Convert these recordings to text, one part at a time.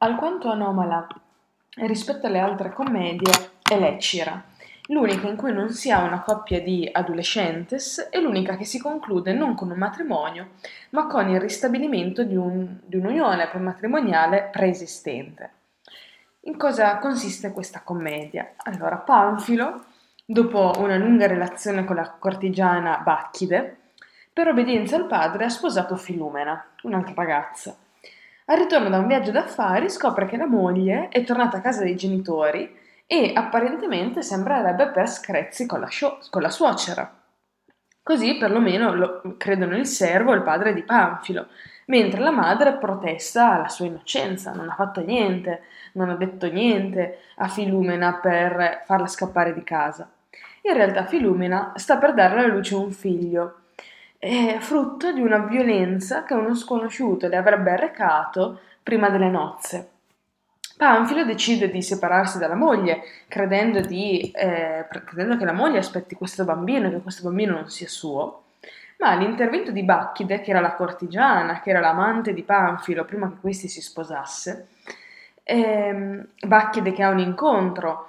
Alquanto anomala rispetto alle altre commedie è L'Eccira, l'unica in cui non si ha una coppia di adolescentes e l'unica che si conclude non con un matrimonio, ma con il ristabilimento di un'unione matrimoniale preesistente. In cosa consiste questa commedia? Allora, Panfilo, dopo una lunga relazione con la cortigiana Bacchide, per obbedienza al padre ha sposato Filumena, un'altra ragazza. Al ritorno da un viaggio d'affari scopre che la moglie è tornata a casa dei genitori e apparentemente sembrerebbe per screzi con la suocera. Così perlomeno lo credono il servo e il padre di Panfilo, mentre la madre protesta la sua innocenza, non ha fatto niente, non ha detto niente a Filumena per farla scappare di casa. In realtà Filumena sta per dare alla luce un figlio, è frutto di una violenza che uno sconosciuto le avrebbe arrecato prima delle nozze. Panfilo decide di separarsi dalla moglie, credendo che la moglie aspetti questo bambino e che questo bambino non sia suo, ma l'intervento di Bacchide, che era la cortigiana, che era l'amante di Panfilo prima che questi si sposasse, Bacchide che ha un incontro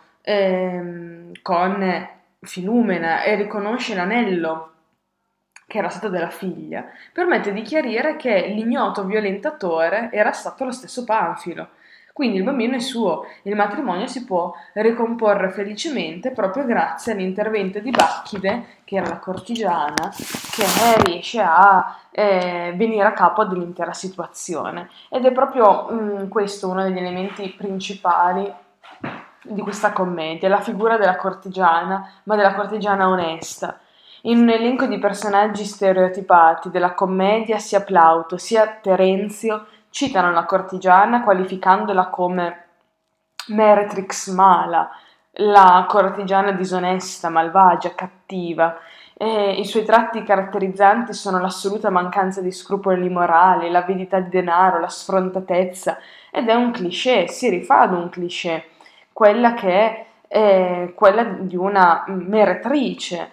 con Filumena e riconosce l'anello che era stato della figlia, permette di chiarire che l'ignoto violentatore era stato lo stesso Panfilo. Quindi il bambino è suo, il matrimonio si può ricomporre felicemente proprio grazie all'intervento di Bacchide, che era la cortigiana, che riesce a venire a capo dell'intera situazione. Ed è proprio questo uno degli elementi principali di questa commedia, la figura della cortigiana, ma della cortigiana onesta. In un elenco di personaggi stereotipati della commedia, sia Plauto sia Terenzio citano la cortigiana qualificandola come meretrix mala, la cortigiana disonesta, malvagia, cattiva. I suoi tratti caratterizzanti sono l'assoluta mancanza di scrupoli morali, l'avidità di denaro, la sfrontatezza, ed è un cliché, si rifà ad un cliché, quella che è quella di una meretrice.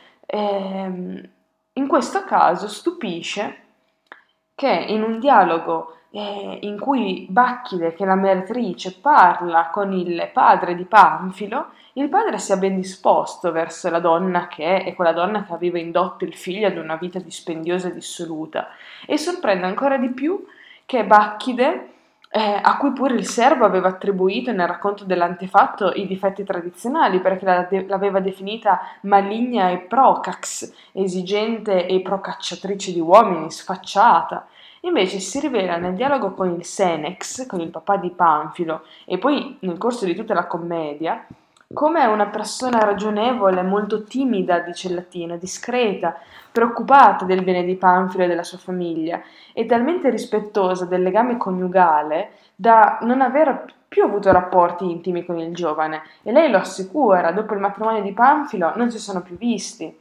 In questo caso stupisce che in un dialogo in cui Bacchide, che è la meretrice, parla con il padre di Panfilo, il padre sia ben disposto verso la donna che è quella donna che aveva indotto il figlio ad una vita dispendiosa e dissoluta, e sorprende ancora di più che Bacchide, a cui pure il servo aveva attribuito nel racconto dell'antefatto i difetti tradizionali, perché l'aveva definita maligna e procax, esigente e procacciatrice di uomini, sfacciata. Invece si rivela nel dialogo con il Senex, con il papà di Panfilo, e poi nel corso di tutta la commedia, come una persona ragionevole, molto timida, dice il latino, discreta, preoccupata del bene di Panfilo e della sua famiglia, e talmente rispettosa del legame coniugale da non aver più avuto rapporti intimi con il giovane, e lei lo assicura, dopo il matrimonio di Panfilo non si sono più visti.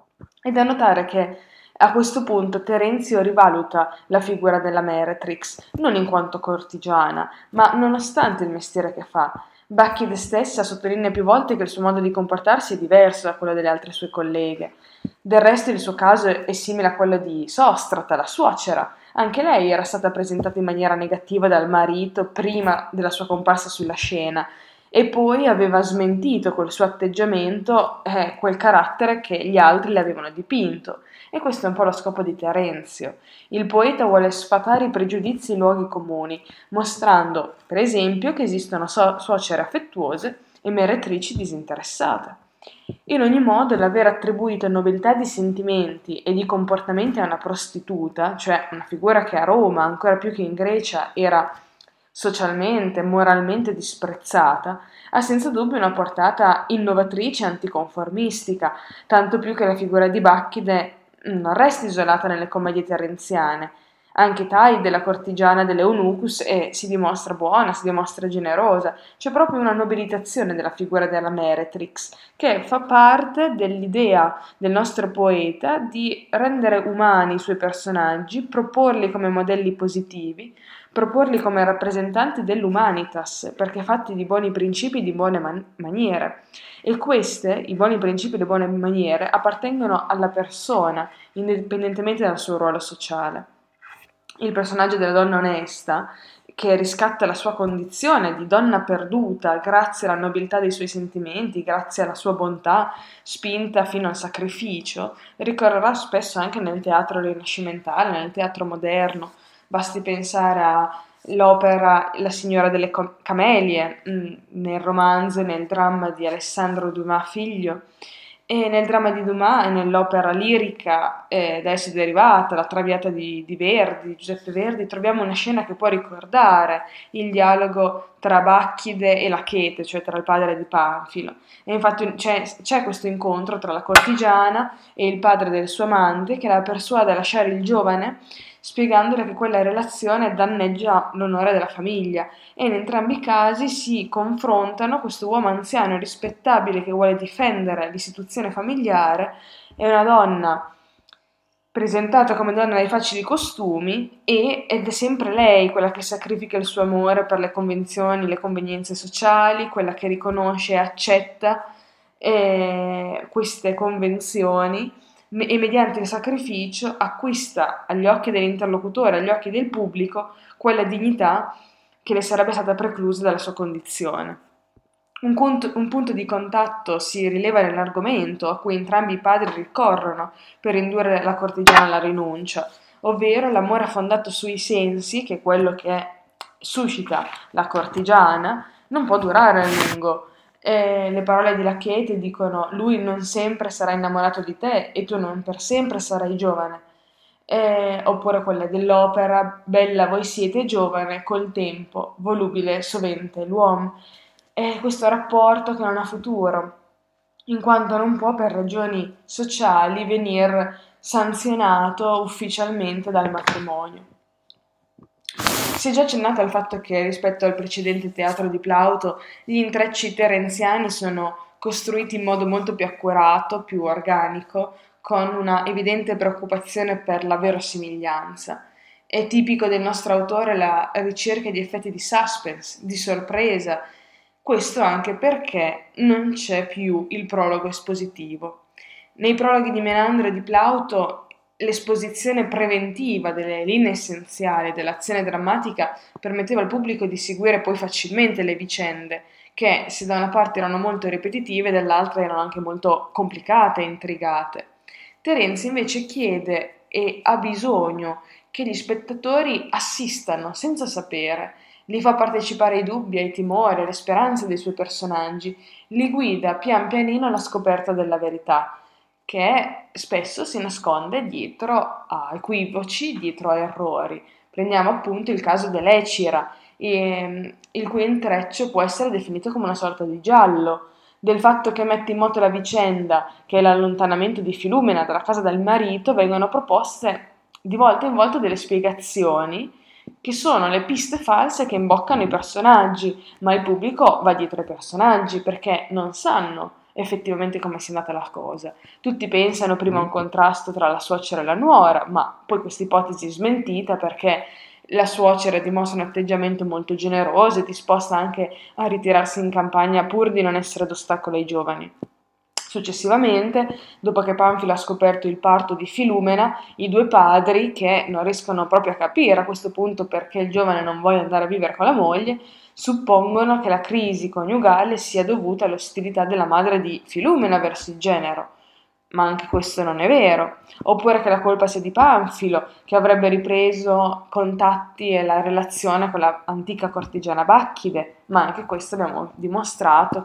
È da notare che a questo punto Terenzio rivaluta la figura della Meretrix, non in quanto cortigiana, ma nonostante il mestiere che fa. Bacchide stessa sottolinea più volte che il suo modo di comportarsi è diverso da quello delle altre sue colleghe. Del resto il suo caso è simile a quello di Sostrata, la suocera. Anche lei era stata presentata in maniera negativa dal marito prima della sua comparsa sulla scena e poi aveva smentito col suo atteggiamento quel carattere che gli altri le avevano dipinto. E questo è un po' lo scopo di Terenzio. Il poeta vuole sfatare i pregiudizi e i luoghi comuni, mostrando, per esempio, che esistono suocere affettuose e meretrici disinteressate. In ogni modo, l'aver attribuito nobiltà di sentimenti e di comportamenti a una prostituta, cioè una figura che a Roma, ancora più che in Grecia, era socialmente, moralmente disprezzata, ha senza dubbio una portata innovatrice e anticonformistica, tanto più che la figura di Bacchide non resta isolata nelle commedie terenziane. Anche Taide, la cortigiana dell'Eunucus, si dimostra buona, si dimostra generosa. C'è proprio una nobilitazione della figura della Meretrix, che fa parte dell'idea del nostro poeta di rendere umani i suoi personaggi, proporli come modelli positivi, proporli come rappresentanti dell'humanitas, perché fatti di buoni principi e di buone maniere. E queste, i buoni principi e le buone maniere, appartengono alla persona, indipendentemente dal suo ruolo sociale. il personaggio della donna onesta, che riscatta la sua condizione di donna perduta grazie alla nobiltà dei suoi sentimenti, grazie alla sua bontà, spinta fino al sacrificio, ricorrerà spesso anche nel teatro rinascimentale, nel teatro moderno. Basti pensare all'opera La signora delle camelie, nel romanzo e nel dramma di Alessandro Dumas figlio, e nel dramma di Dumas e nell'opera lirica da esso derivata, La Traviata di Verdi, Giuseppe Verdi, troviamo una scena che può ricordare il dialogo tra Bacchide e la Chete, cioè tra il padre di Panfilo. E infatti c'è questo incontro tra la cortigiana e il padre del suo amante che la persuade a lasciare il giovane, spiegandole che quella relazione danneggia l'onore della famiglia, e in entrambi i casi si confrontano questo uomo anziano e rispettabile che vuole difendere l'istituzione familiare e una donna presentata come donna dai facili costumi ed è sempre lei quella che sacrifica il suo amore per le convenzioni, le convenienze sociali, quella che riconosce e accetta queste convenzioni e mediante il sacrificio acquista agli occhi dell'interlocutore, agli occhi del pubblico, quella dignità che le sarebbe stata preclusa dalla sua condizione. Un punto di contatto si rileva nell'argomento a cui entrambi i padri ricorrono per indurre la cortigiana alla rinuncia, ovvero l'amore fondato sui sensi, che è quello che suscita la cortigiana, non può durare a lungo. Le parole di Lachete dicono: lui non sempre sarà innamorato di te e tu non per sempre sarai giovane. Oppure quella dell'opera: bella voi siete giovane, col tempo, volubile sovente l'uomo. È questo rapporto che non ha futuro, in quanto non può per ragioni sociali venir sanzionato ufficialmente dal matrimonio. Si è già accennato al fatto che rispetto al precedente teatro di Plauto gli intrecci terenziani sono costruiti in modo molto più accurato, più organico, con una evidente preoccupazione per la verosimiglianza. È tipico del nostro autore la ricerca di effetti di suspense, di sorpresa, questo anche perché non c'è più il prologo espositivo. Nei prologhi di Menandro e di Plauto l'esposizione preventiva delle linee essenziali dell'azione drammatica permetteva al pubblico di seguire poi facilmente le vicende, che se da una parte erano molto ripetitive, dall'altra erano anche molto complicate e intrigate. Terenzi invece chiede e ha bisogno che gli spettatori assistano senza sapere, li fa partecipare ai dubbi, ai timori, alle speranze dei suoi personaggi, li guida pian pianino alla scoperta della verità, che spesso si nasconde dietro a equivoci, dietro a errori. Prendiamo appunto il caso dell'Ecira, il cui intreccio può essere definito come una sorta di giallo, del fatto che mette in moto la vicenda, che è l'allontanamento di Filumena dalla casa del marito, vengono proposte di volta in volta delle spiegazioni che sono le piste false che imboccano i personaggi, ma il pubblico va dietro ai personaggi perché non sanno effettivamente come sia andata la cosa. Tutti pensano prima a un contrasto tra la suocera e la nuora, ma poi questa ipotesi è smentita perché la suocera dimostra un atteggiamento molto generoso e disposta anche a ritirarsi in campagna pur di non essere d'ostacolo ai giovani. Successivamente, dopo che Panfilo ha scoperto il parto di Filumena, i due padri, che non riescono proprio a capire a questo punto perché il giovane non voglia andare a vivere con la moglie, suppongono che la crisi coniugale sia dovuta all'ostilità della madre di Filumena verso il genero. Ma anche questo non è vero. Oppure che la colpa sia di Panfilo, che avrebbe ripreso contatti e la relazione con l'antica cortigiana Bacchide, ma anche questo abbiamo dimostrato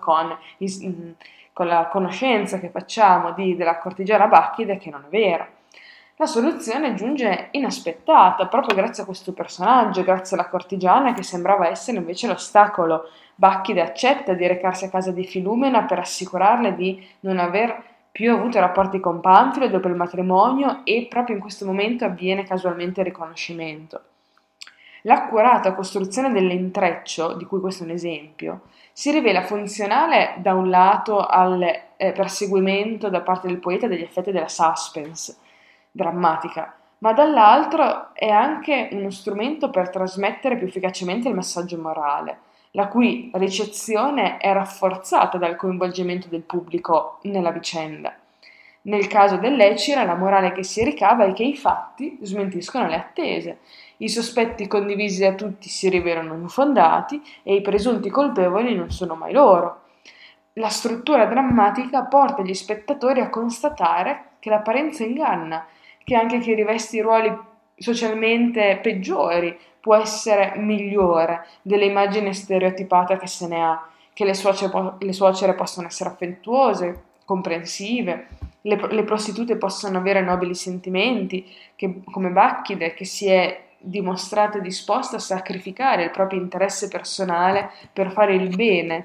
con la conoscenza che facciamo della cortigiana Bacchide che non è vero. La soluzione giunge inaspettata, proprio grazie a questo personaggio, grazie alla cortigiana che sembrava essere invece l'ostacolo. Bacchide accetta di recarsi a casa di Filumena per assicurarle di non aver più avuto rapporti con Panfilo dopo il matrimonio e proprio in questo momento avviene casualmente il riconoscimento. L'accurata costruzione dell'intreccio, di cui questo è un esempio, si rivela funzionale da un lato al perseguimento da parte del poeta degli effetti della suspense drammatica, ma dall'altro è anche uno strumento per trasmettere più efficacemente il messaggio morale, la cui ricezione è rafforzata dal coinvolgimento del pubblico nella vicenda. Nel caso dell'Ecira, la morale che si ricava è che i fatti smentiscono le attese. I sospetti condivisi da tutti si rivelano infondati e i presunti colpevoli non sono mai loro. La struttura drammatica porta gli spettatori a constatare che l'apparenza inganna, che anche chi riveste i ruoli socialmente peggiori può essere migliore delle immagini stereotipate che se ne ha, che le suocere possono essere affettuose, comprensive, le prostitute possono avere nobili sentimenti, come Bacchide, che si è dimostrata disposta a sacrificare il proprio interesse personale per fare il bene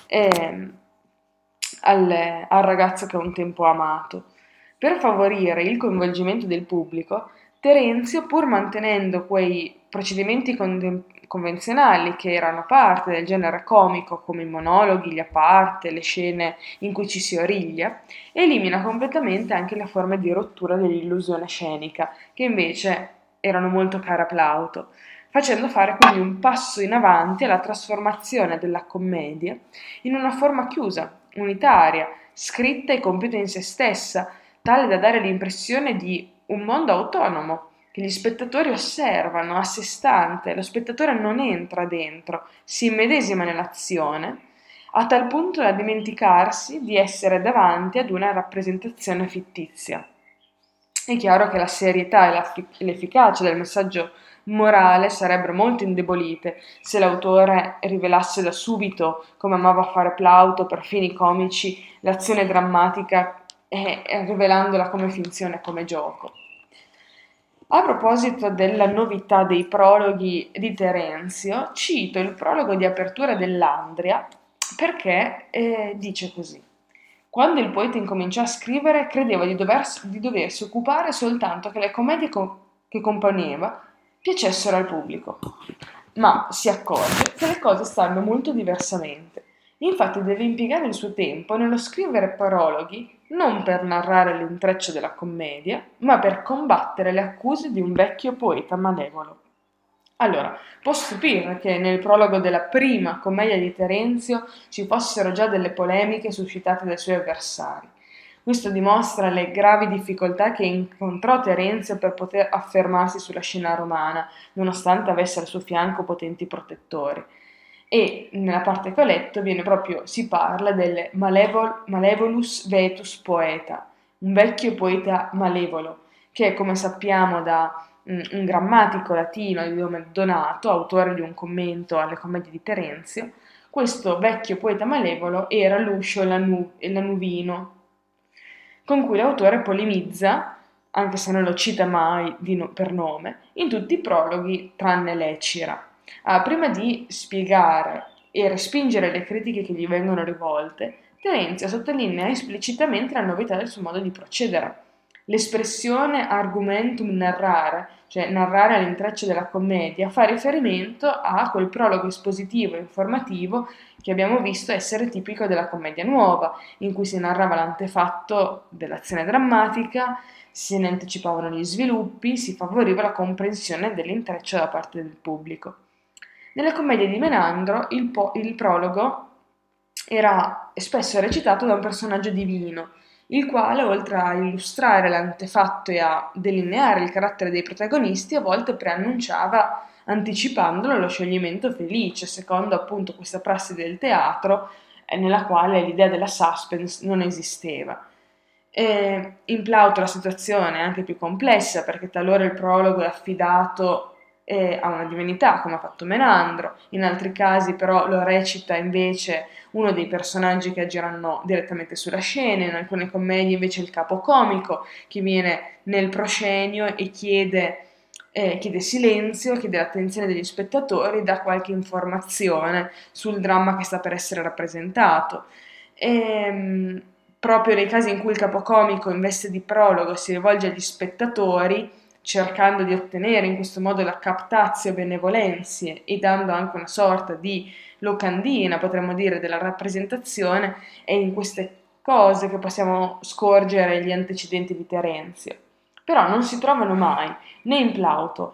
al ragazzo che un tempo ha amato. Per favorire il coinvolgimento del pubblico, Terenzio, pur mantenendo quei procedimenti convenzionali che erano parte del genere comico, come i monologhi, gli aparte, le scene in cui ci si origlia, elimina completamente anche le forme di rottura dell'illusione scenica, che invece erano molto care a Plauto, facendo fare quindi un passo in avanti alla trasformazione della commedia in una forma chiusa, unitaria, scritta e compiuta in se stessa, tale da dare l'impressione di un mondo autonomo, che gli spettatori osservano a sé stante, lo spettatore non entra dentro, si immedesima nell'azione, a tal punto da dimenticarsi di essere davanti ad una rappresentazione fittizia. È chiaro che la serietà e l'efficacia del messaggio morale sarebbero molto indebolite se l'autore rivelasse da subito, come amava fare Plauto per fini comici, l'azione drammatica rivelandola come finzione, come gioco. A proposito della novità dei prologhi di Terenzio, cito il prologo di apertura dell'Andria perché dice così. Quando il poeta incominciò a scrivere, credeva di doversi occupare soltanto che le commedie che componeva piacessero al pubblico, ma si accorge che le cose stanno molto diversamente. Infatti deve impiegare il suo tempo nello scrivere prologhi non per narrare l'intreccio della commedia, ma per combattere le accuse di un vecchio poeta malevolo. Allora, può stupire che nel prologo della prima commedia di Terenzio ci fossero già delle polemiche suscitate dai suoi avversari. Questo dimostra le gravi difficoltà che incontrò Terenzio per poter affermarsi sulla scena romana, nonostante avesse al suo fianco potenti protettori. E nella parte che ho letto si parla del malevolus vetus poeta, un vecchio poeta malevolo, che come sappiamo da un grammatico latino di nome Donato, autore di un commento alle commedie di Terenzio, questo vecchio poeta malevolo era Lucio Lanuvino, con cui l'autore polemizza, anche se non lo cita mai per nome, in tutti i prologhi tranne l'Ecira. Prima di spiegare e respingere le critiche che gli vengono rivolte, Terenzio sottolinea esplicitamente la novità del suo modo di procedere. L'espressione argumentum narrare, cioè narrare all'intreccio della commedia, fa riferimento a quel prologo espositivo e informativo che abbiamo visto essere tipico della commedia nuova, in cui si narrava l'antefatto dell'azione drammatica, se ne anticipavano gli sviluppi, si favoriva la comprensione dell'intreccio da parte del pubblico. Nelle commedie di Menandro il prologo era spesso recitato da un personaggio divino, il quale, oltre a illustrare l'antefatto e a delineare il carattere dei protagonisti, a volte preannunciava, anticipandolo, lo scioglimento felice, secondo appunto questa prassi del teatro, nella quale l'idea della suspense non esisteva. In Plauto la situazione è anche più complessa, perché talora il prologo è affidato a una divinità, come ha fatto Menandro, in altri casi però lo recita invece uno dei personaggi che agiranno direttamente sulla scena, in alcune commedie invece il capo comico che viene nel proscenio e chiede silenzio, chiede l'attenzione degli spettatori, dà qualche informazione sul dramma che sta per essere rappresentato. Proprio nei casi in cui il capocomico in veste di prologo si rivolge agli spettatori, cercando di ottenere in questo modo la captatio benevolenzie e dando anche una sorta di locandina, potremmo dire, della rappresentazione, è in queste cose che possiamo scorgere gli antecedenti di Terenzio. Però non si trovano mai, né in Plauto,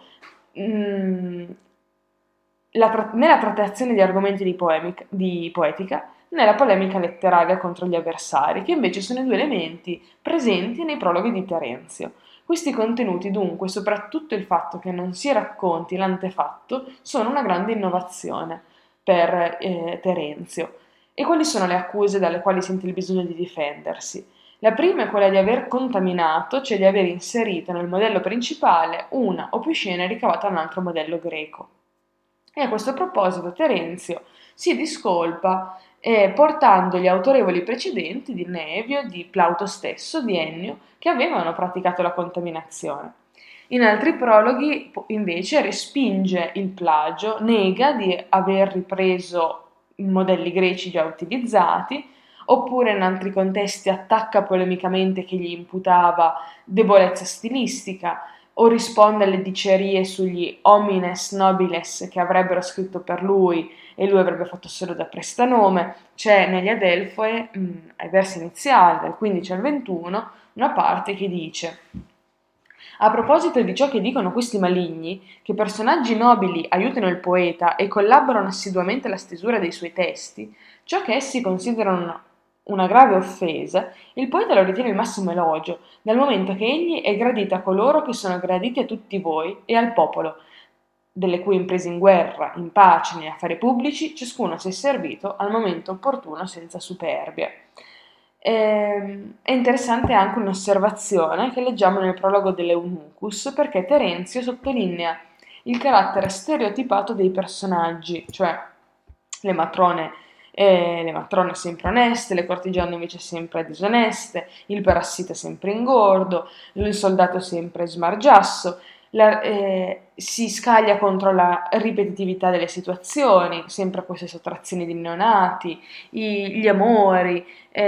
nella trattazione di argomenti di poetica, nella polemica letteraria contro gli avversari, che invece sono i due elementi presenti nei prologhi di Terenzio. Questi contenuti, dunque, soprattutto il fatto che non si racconti l'antefatto, sono una grande innovazione per Terenzio. E quali sono le accuse dalle quali sente il bisogno di difendersi? La prima è quella di aver contaminato, cioè di aver inserito nel modello principale una o più scene ricavate da un altro modello greco. E a questo proposito Terenzio si discolpa portando gli autorevoli precedenti di Nevio, di Plauto stesso, di Ennio, che avevano praticato la contaminazione. In altri prologhi invece respinge il plagio, nega di aver ripreso modelli greci già utilizzati, oppure in altri contesti attacca polemicamente che gli imputava debolezza stilistica o risponde alle dicerie sugli homines nobiles che avrebbero scritto per lui e lui avrebbe fatto solo da prestanome. C'è negli Adelfoe, ai versi iniziali, dal 15 al 21, una parte che dice: a proposito di ciò che dicono questi maligni, che personaggi nobili aiutino il poeta e collaborano assiduamente alla stesura dei suoi testi, ciò che essi considerano una grave offesa, il poeta lo ritiene il massimo elogio, dal momento che egli è gradito a coloro che sono graditi a tutti voi e al popolo, delle cui imprese in guerra, in pace, negli affari pubblici, ciascuno si è servito al momento opportuno senza superbia. È interessante anche un'osservazione che leggiamo nel prologo dell'Eunucus, perché Terenzio sottolinea il carattere stereotipato dei personaggi, cioè le matrone, le matrone sempre oneste, le cortigiane invece sempre disoneste, il parassita sempre ingordo, il soldato sempre smargiasso, si scaglia contro la ripetitività delle situazioni, sempre queste sottrazioni di neonati, gli amori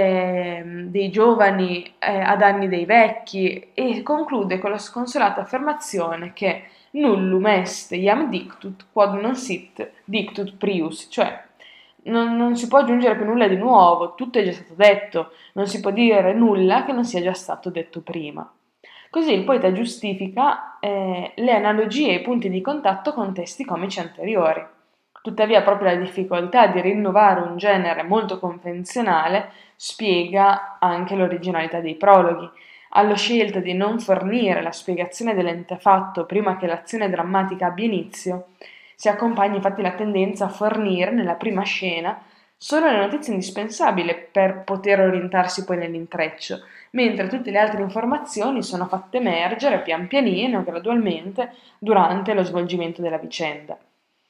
dei giovani a danni dei vecchi e conclude con la sconsolata affermazione che nullum est iam dictut quod non sit dictut prius, cioè non si può aggiungere più nulla di nuovo, tutto è già stato detto, non si può dire nulla che non sia già stato detto prima. Così il poeta giustifica le analogie e i punti di contatto con testi comici anteriori. Tuttavia, proprio la difficoltà di rinnovare un genere molto convenzionale spiega anche l'originalità dei prologhi. Allo scelta di non fornire la spiegazione dell'antefatto prima che l'azione drammatica abbia inizio, si accompagna infatti la tendenza a fornire nella prima scena solo le notizie indispensabili per poter orientarsi poi nell'intreccio, mentre tutte le altre informazioni sono fatte emergere pian pianino, gradualmente, durante lo svolgimento della vicenda,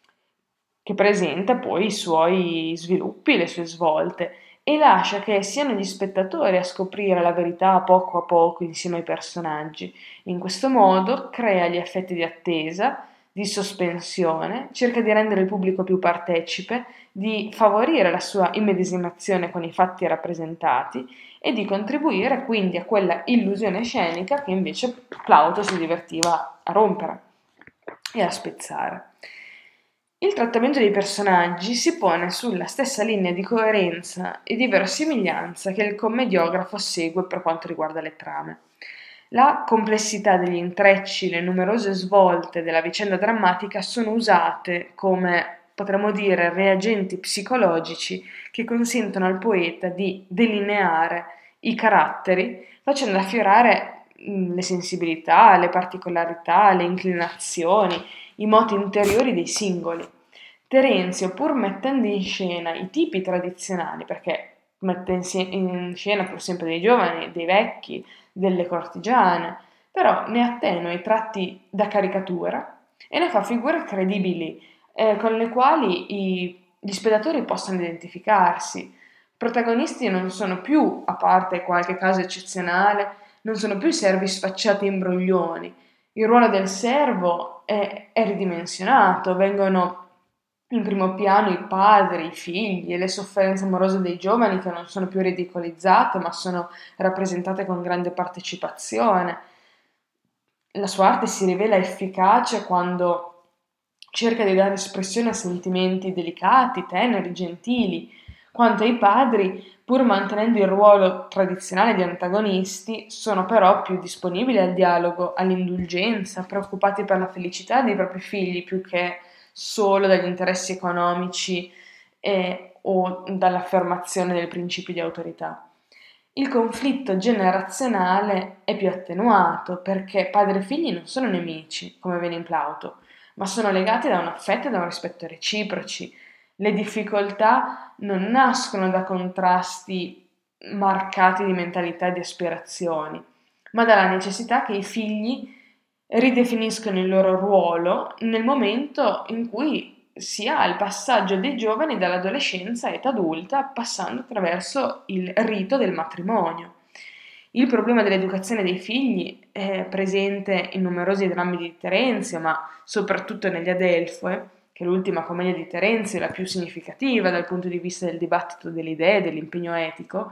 che presenta poi i suoi sviluppi, le sue svolte, e lascia che siano gli spettatori a scoprire la verità a poco insieme ai personaggi. In questo modo crea gli effetti di attesa, di sospensione, cerca di rendere il pubblico più partecipe, di favorire la sua immedesimazione con i fatti rappresentati e di contribuire quindi a quella illusione scenica che invece Plauto si divertiva a rompere e a spezzare. Il trattamento dei personaggi si pone sulla stessa linea di coerenza e di verosimiglianza che il commediografo segue per quanto riguarda le trame. La complessità degli intrecci, le numerose svolte della vicenda drammatica sono usate come, potremmo dire, reagenti psicologici che consentono al poeta di delineare i caratteri, facendo affiorare le sensibilità, le particolarità, le inclinazioni, i moti interiori dei singoli. Terenzio, pur mettendo in scena i tipi tradizionali, perché mette in scena pur sempre dei giovani, dei vecchi, delle cortigiane, però ne attenua i tratti da caricatura e ne fa figure credibili, con le quali gli spettatori possano identificarsi. Protagonisti non sono più, a parte qualche caso eccezionale, non sono più servi sfacciati e imbroglioni. Il ruolo del servo è ridimensionato, vengono in primo piano i padri, i figli e le sofferenze amorose dei giovani che non sono più ridicolizzate ma sono rappresentate con grande partecipazione. La sua arte si rivela efficace quando cerca di dare espressione a sentimenti delicati, teneri, gentili. Quanto ai padri, pur mantenendo il ruolo tradizionale di antagonisti, sono però più disponibili al dialogo, all'indulgenza, preoccupati per la felicità dei propri figli più che solo dagli interessi economici o dall'affermazione del principio di autorità. Il conflitto generazionale è più attenuato perché padre e figli non sono nemici, come viene in Plauto, ma sono legati da un affetto e da un rispetto reciproci. Le difficoltà non nascono da contrasti marcati di mentalità e di aspirazioni, ma dalla necessità che i figli ridefiniscono il loro ruolo nel momento in cui si ha il passaggio dei giovani dall'adolescenza a età adulta, passando attraverso il rito del matrimonio. Il problema dell'educazione dei figli è presente in numerosi drammi di Terenzio, ma soprattutto negli Adelfoe, che è l'ultima commedia di Terenzio, la più significativa dal punto di vista del dibattito delle idee, dell'impegno etico,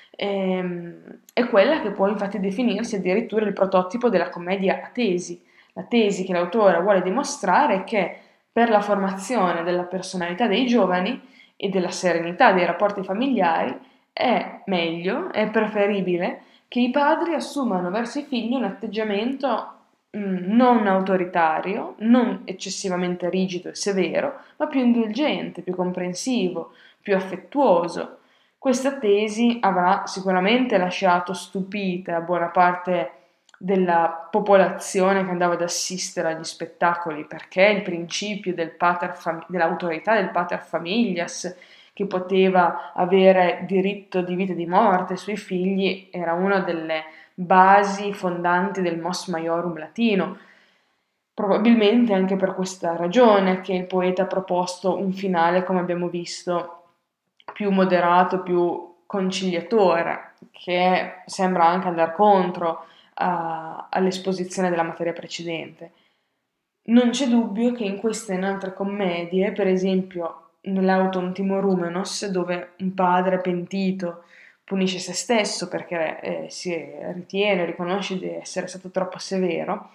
è quella che può infatti definirsi addirittura il prototipo della commedia a tesi. La tesi che l'autore vuole dimostrare è che per la formazione della personalità dei giovani e della serenità dei rapporti familiari è meglio, è preferibile che i padri assumano verso i figli un atteggiamento non autoritario, non eccessivamente rigido e severo, ma più indulgente, più comprensivo, più affettuoso. Questa tesi avrà sicuramente lasciato stupita buona parte della popolazione che andava ad assistere agli spettacoli, perché il principio dell'autorità del pater familias, che poteva avere diritto di vita e di morte sui figli, era una delle basi fondanti del mos maiorum latino. Probabilmente anche per questa ragione che il poeta ha proposto un finale, come abbiamo visto, più moderato, più conciliatore, che sembra anche andare contro all'esposizione della materia precedente. Non c'è dubbio che in queste e in altre commedie, per esempio nell'Auton Timorumenos, dove un padre pentito punisce se stesso perché si ritiene, riconosce di essere stato troppo severo,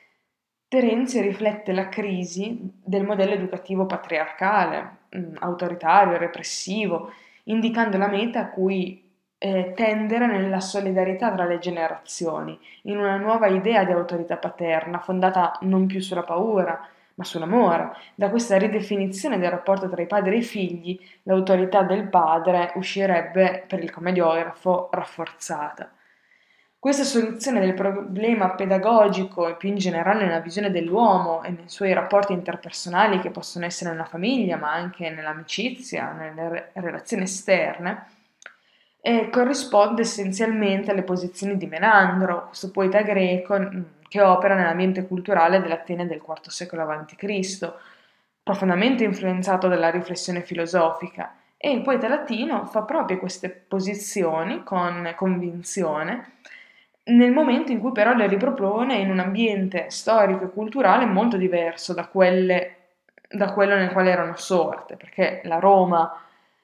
Terenzio riflette la crisi del modello educativo patriarcale, autoritario, repressivo, indicando la meta a cui tendere nella solidarietà tra le generazioni, in una nuova idea di autorità paterna fondata non più sulla paura, ma sull'amore. Da questa ridefinizione del rapporto tra i padri e i figli, l'autorità del padre uscirebbe per il commediografo rafforzata. Questa soluzione del problema pedagogico e più in generale nella visione dell'uomo e nei suoi rapporti interpersonali che possono essere nella famiglia, ma anche nell'amicizia, nelle relazioni esterne, corrisponde essenzialmente alle posizioni di Menandro, questo poeta greco che opera nell'ambiente culturale dell'Atene del IV secolo a.C., profondamente influenzato dalla riflessione filosofica, e il poeta latino fa proprio queste posizioni con convinzione, nel momento in cui però le ripropone in un ambiente storico e culturale molto diverso da quello nel quale erano sorte, perché la Roma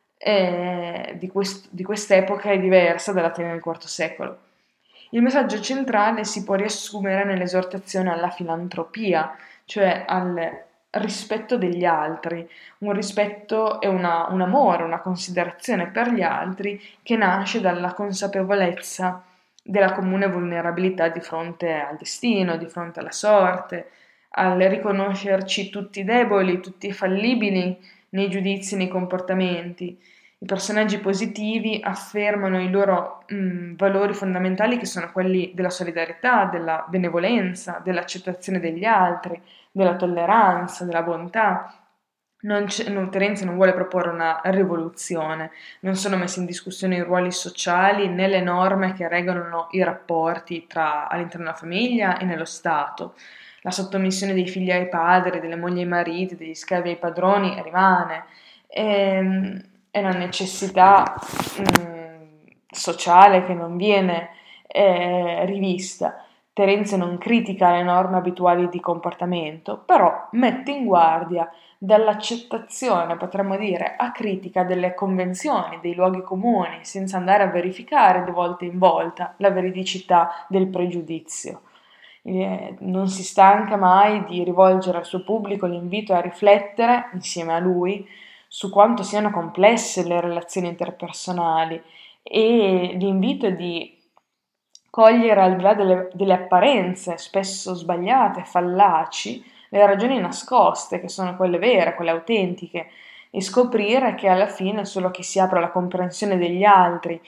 di quest'epoca è diversa dall'Atene del IV secolo. Il messaggio centrale si può riassumere nell'esortazione alla filantropia, cioè al rispetto degli altri, un rispetto e un amore, una considerazione per gli altri che nasce dalla consapevolezza della comune vulnerabilità di fronte al destino, di fronte alla sorte, al riconoscerci tutti deboli, tutti fallibili nei giudizi, nei comportamenti. I personaggi positivi affermano i loro valori fondamentali che sono quelli della solidarietà, della benevolenza, dell'accettazione degli altri, della tolleranza, della bontà. Terenzio non vuole proporre una rivoluzione, non sono messi in discussione i ruoli sociali né le norme che regolano i rapporti all'interno della famiglia e nello Stato. La sottomissione dei figli ai padri, delle mogli ai mariti, degli schiavi ai padroni rimane. È una necessità sociale che non viene rivista. Terenzio non critica le norme abituali di comportamento, però mette in guardia dall'accettazione, potremmo dire, acritica delle convenzioni, dei luoghi comuni, senza andare a verificare di volta in volta la veridicità del pregiudizio. Non si stanca mai di rivolgere al suo pubblico l'invito a riflettere, insieme a lui, su quanto siano complesse le relazioni interpersonali e l'invito di cogliere al di là delle apparenze, spesso sbagliate, fallaci, le ragioni nascoste, che sono quelle vere, quelle autentiche, e scoprire che alla fine solo chi si apre alla comprensione degli altri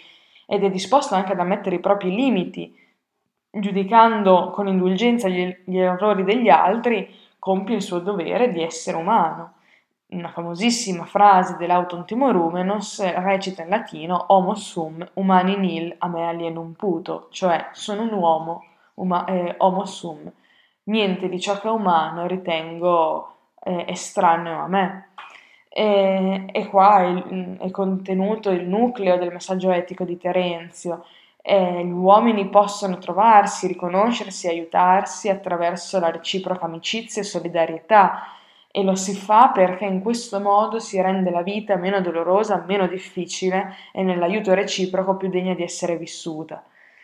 ed è disposto anche ad ammettere i propri limiti, giudicando con indulgenza gli errori degli altri, compie il suo dovere di essere umano. Una famosissima frase dell'Auton Timorumenos recita in latino Homo sum, humani nil a me alienum puto, cioè sono un uomo, homo sum, niente di ciò che è umano ritengo estraneo a me. E qua è contenuto il nucleo del messaggio etico di Terenzio. Gli uomini possono trovarsi, riconoscersi, aiutarsi attraverso la reciproca amicizia e solidarietà, e lo si fa perché in questo modo si rende la vita meno dolorosa, meno difficile e nell'aiuto reciproco più degna di essere vissuta.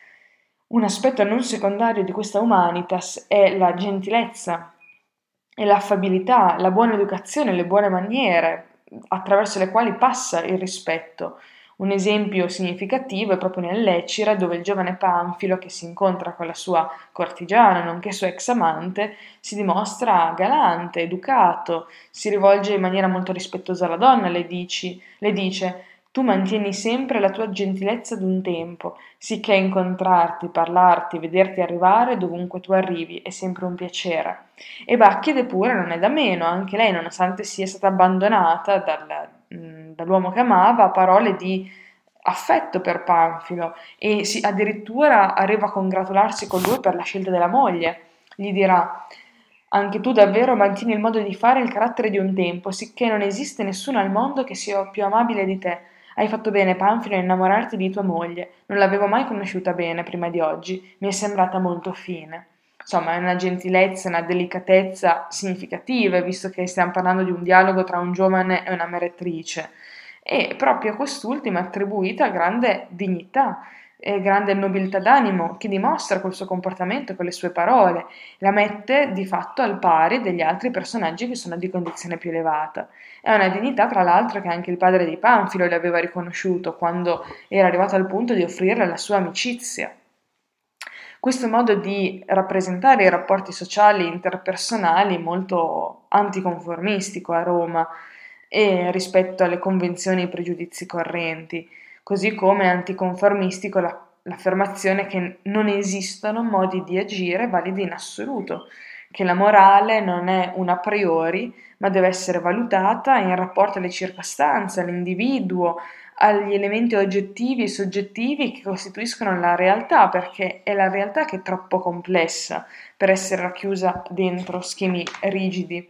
Un aspetto non secondario di questa humanitas è la gentilezza e l'affabilità, la buona educazione, le buone maniere attraverso le quali passa il rispetto. Un esempio significativo è proprio nell'Ecira, dove il giovane Panfilo, che si incontra con la sua cortigiana, nonché sua ex amante, si dimostra galante, educato, si rivolge in maniera molto rispettosa alla donna, le dice tu mantieni sempre la tua gentilezza d'un tempo, sicché incontrarti, parlarti, vederti arrivare dovunque tu arrivi è sempre un piacere. E Bacchide pure non è da meno, anche lei, nonostante sia stata abbandonata dall'uomo che amava, ha parole di affetto per Panfilo e addirittura arriva a congratularsi con lui per la scelta della moglie. Gli dirà: anche tu davvero mantieni il modo di fare e il carattere di un tempo, sicché non esiste nessuno al mondo che sia più amabile di te. Hai fatto bene, Panfilo, a innamorarti di tua moglie. Non l'avevo mai conosciuta bene prima di oggi, mi è sembrata molto fine. Insomma, è una gentilezza, una delicatezza significative, visto che stiamo parlando di un dialogo tra un giovane e una meretrice. E proprio a quest'ultima è attribuita grande dignità e grande nobiltà d'animo, che dimostra col suo comportamento e con le sue parole, la mette di fatto al pari degli altri personaggi che sono di condizione più elevata. È una dignità, tra l'altro, che anche il padre di Panfilo le aveva riconosciuto quando era arrivato al punto di offrirle la sua amicizia. Questo modo di rappresentare i rapporti sociali interpersonali molto anticonformistico a Roma e rispetto alle convenzioni e i pregiudizi correnti, così come anticonformistico l'affermazione che non esistono modi di agire validi in assoluto, che la morale non è un a priori, ma deve essere valutata in rapporto alle circostanze, all'individuo, agli elementi oggettivi e soggettivi che costituiscono la realtà, perché è la realtà che è troppo complessa per essere racchiusa dentro schemi rigidi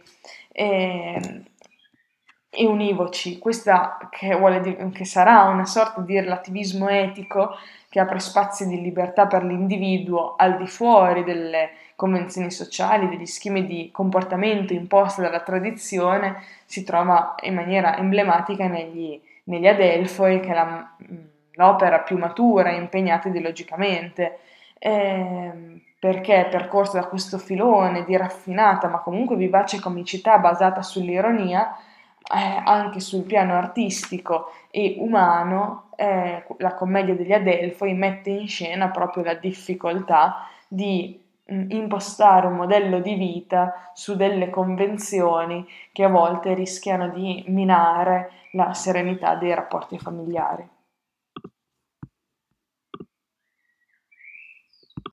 e univoci. Questa che sarà una sorta di relativismo etico che apre spazi di libertà per l'individuo al di fuori delle convenzioni sociali, degli schemi di comportamento imposti dalla tradizione, si trova in maniera emblematica negli Adelfoi, che è l'opera più matura e impegnata ideologicamente, perché è percorsa da questo filone di raffinata ma comunque vivace comicità basata sull'ironia, anche sul piano artistico e umano, la commedia degli Adelfoi mette in scena proprio la difficoltà di impostare un modello di vita su delle convenzioni che a volte rischiano di minare la serenità dei rapporti familiari.